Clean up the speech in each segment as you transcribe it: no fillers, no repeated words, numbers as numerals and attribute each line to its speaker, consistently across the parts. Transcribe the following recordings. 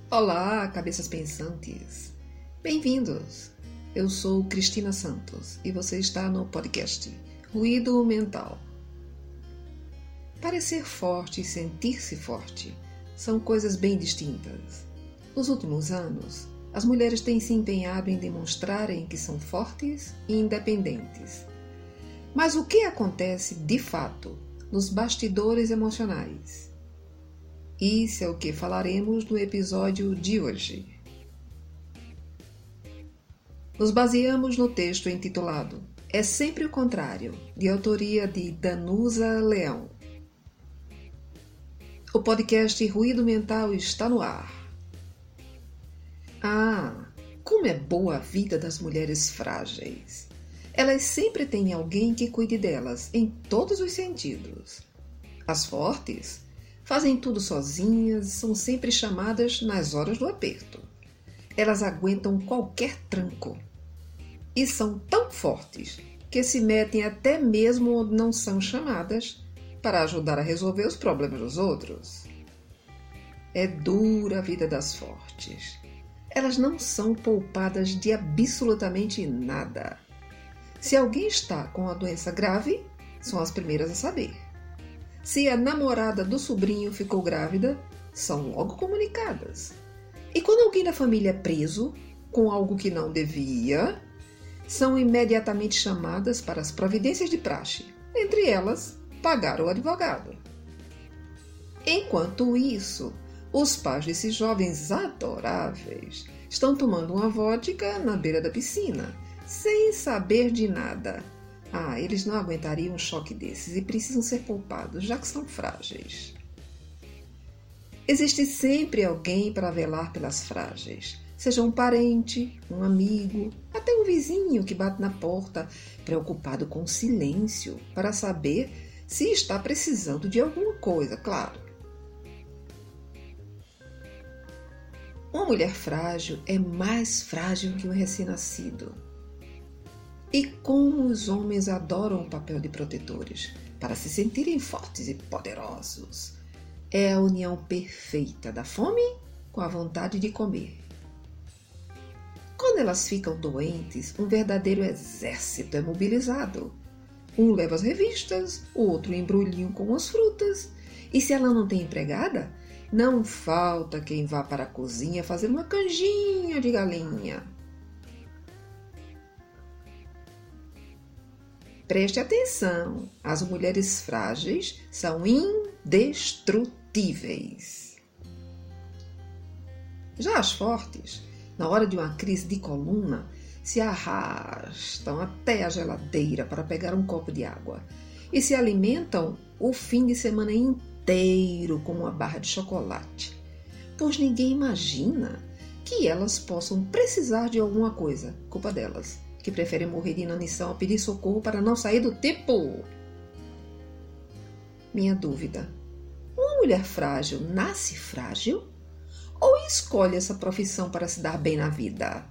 Speaker 1: Olá, cabeças pensantes! Bem-vindos! Eu sou Cristina Santos e você está no podcast Ruído Mental. Parecer forte e sentir-se forte são coisas bem distintas. Nos últimos anos, as mulheres têm se empenhado em demonstrarem que são fortes e independentes. Mas o que acontece de fato nos bastidores emocionais? Isso é o que falaremos no episódio de hoje. Nos baseamos no texto intitulado É Sempre o Contrário, de autoria de Danusa Leão. O podcast Ruído Mental está no ar. Como é boa a vida das mulheres frágeis! Elas sempre têm alguém que cuide delas em todos os sentidos. As fortes fazem tudo sozinhas e são sempre chamadas nas horas do aperto. Elas aguentam qualquer tranco. E são tão fortes que se metem até mesmo onde não são chamadas para ajudar a resolver os problemas dos outros. É dura a vida das fortes. Elas não são poupadas de absolutamente nada. Se alguém está com uma doença grave, são as primeiras a saber. Se a namorada do sobrinho ficou grávida, são logo comunicadas. E quando alguém da família é preso com algo que não devia, são imediatamente chamadas para as providências de praxe, entre elas, pagar o advogado. Enquanto isso, os pais desses jovens adoráveis estão tomando uma vodka na beira da piscina, sem saber de nada. Eles não aguentariam um choque desses e precisam ser poupados, já que são frágeis. Existe sempre alguém para velar pelas frágeis, seja um parente, um amigo, até um vizinho que bate na porta, preocupado com o silêncio, para saber se está precisando de alguma coisa, claro. Uma mulher frágil é mais frágil que um recém-nascido. E como os homens adoram o papel de protetores, para se sentirem fortes e poderosos. É a união perfeita da fome com a vontade de comer. Quando elas ficam doentes, um verdadeiro exército é mobilizado. Um leva as revistas, o outro embrulhinho com as frutas. E se ela não tem empregada, não falta quem vá para a cozinha fazer uma canjinha de galinha. Preste atenção, as mulheres frágeis são indestrutíveis. Já as fortes, na hora de uma crise de coluna, se arrastam até a geladeira para pegar um copo de água e se alimentam o fim de semana inteiro com uma barra de chocolate, pois ninguém imagina que elas possam precisar de alguma coisa, culpa delas, que preferem morrer de inanição a pedir socorro para não sair do tempo. Minha dúvida: uma mulher frágil nasce frágil? Ou escolhe essa profissão para se dar bem na vida?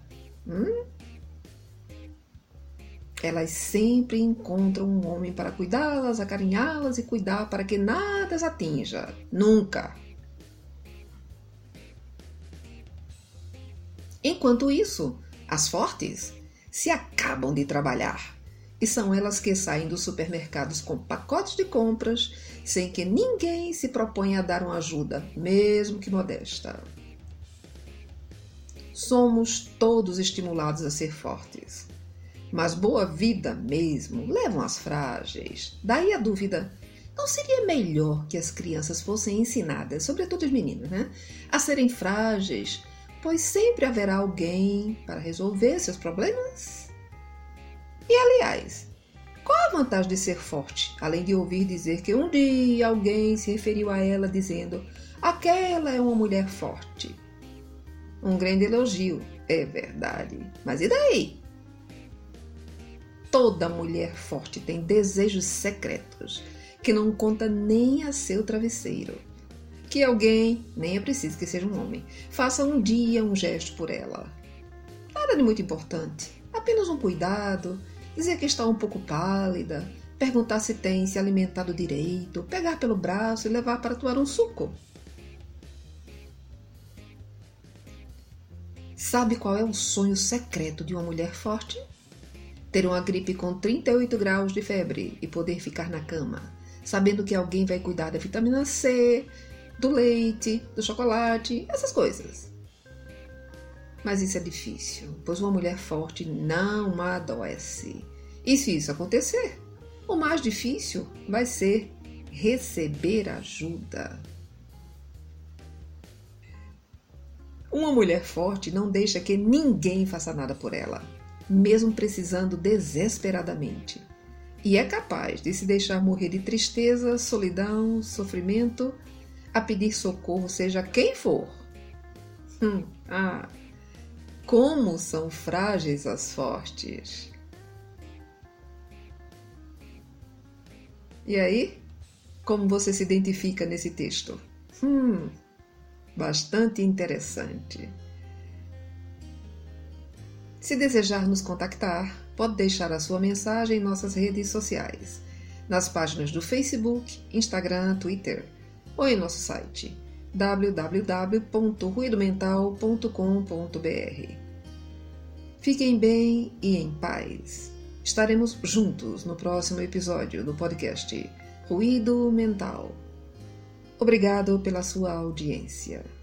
Speaker 1: Elas sempre encontram um homem para cuidá-las, acarinhá-las e cuidar para que nada as atinja. Nunca! Enquanto isso, as fortes se acabam de trabalhar e são elas que saem dos supermercados com pacotes de compras sem que ninguém se proponha a dar uma ajuda, mesmo que modesta. Somos todos estimulados a ser fortes, mas boa vida mesmo levam as frágeis. Daí a dúvida: não seria melhor que as crianças fossem ensinadas, sobretudo as meninas, a serem frágeis, pois sempre haverá alguém para resolver seus problemas? E, aliás, qual a vantagem de ser forte, além de ouvir dizer que um dia alguém se referiu a ela dizendo: aquela é uma mulher forte? Um grande elogio, é verdade, mas e daí? Toda mulher forte tem desejos secretos, que não conta nem a seu travesseiro. Que alguém, nem é preciso que seja um homem, faça um dia um gesto por ela. Nada de muito importante, apenas um cuidado, dizer que está um pouco pálida, perguntar se tem se alimentado direito, pegar pelo braço e levar para tomar um suco. Sabe qual é o sonho secreto de uma mulher forte? Ter uma gripe com 38 graus de febre e poder ficar na cama, sabendo que alguém vai cuidar da vitamina C, do leite, do chocolate, essas coisas. Mas isso é difícil, pois uma mulher forte não adoece. E se isso acontecer, o mais difícil vai ser receber ajuda. Uma mulher forte não deixa que ninguém faça nada por ela, mesmo precisando desesperadamente. E é capaz de se deixar morrer de tristeza, solidão, sofrimento, a pedir socorro, seja quem for. Como são frágeis as fortes! E aí? Como você se identifica nesse texto? Bastante interessante. Se desejar nos contactar, pode deixar a sua mensagem em nossas redes sociais, nas páginas do Facebook, Instagram, Twitter, ou em nosso site www.ruidomental.com.br. Fiquem bem e em paz. Estaremos juntos no próximo episódio do podcast Ruído Mental. Obrigado pela sua audiência.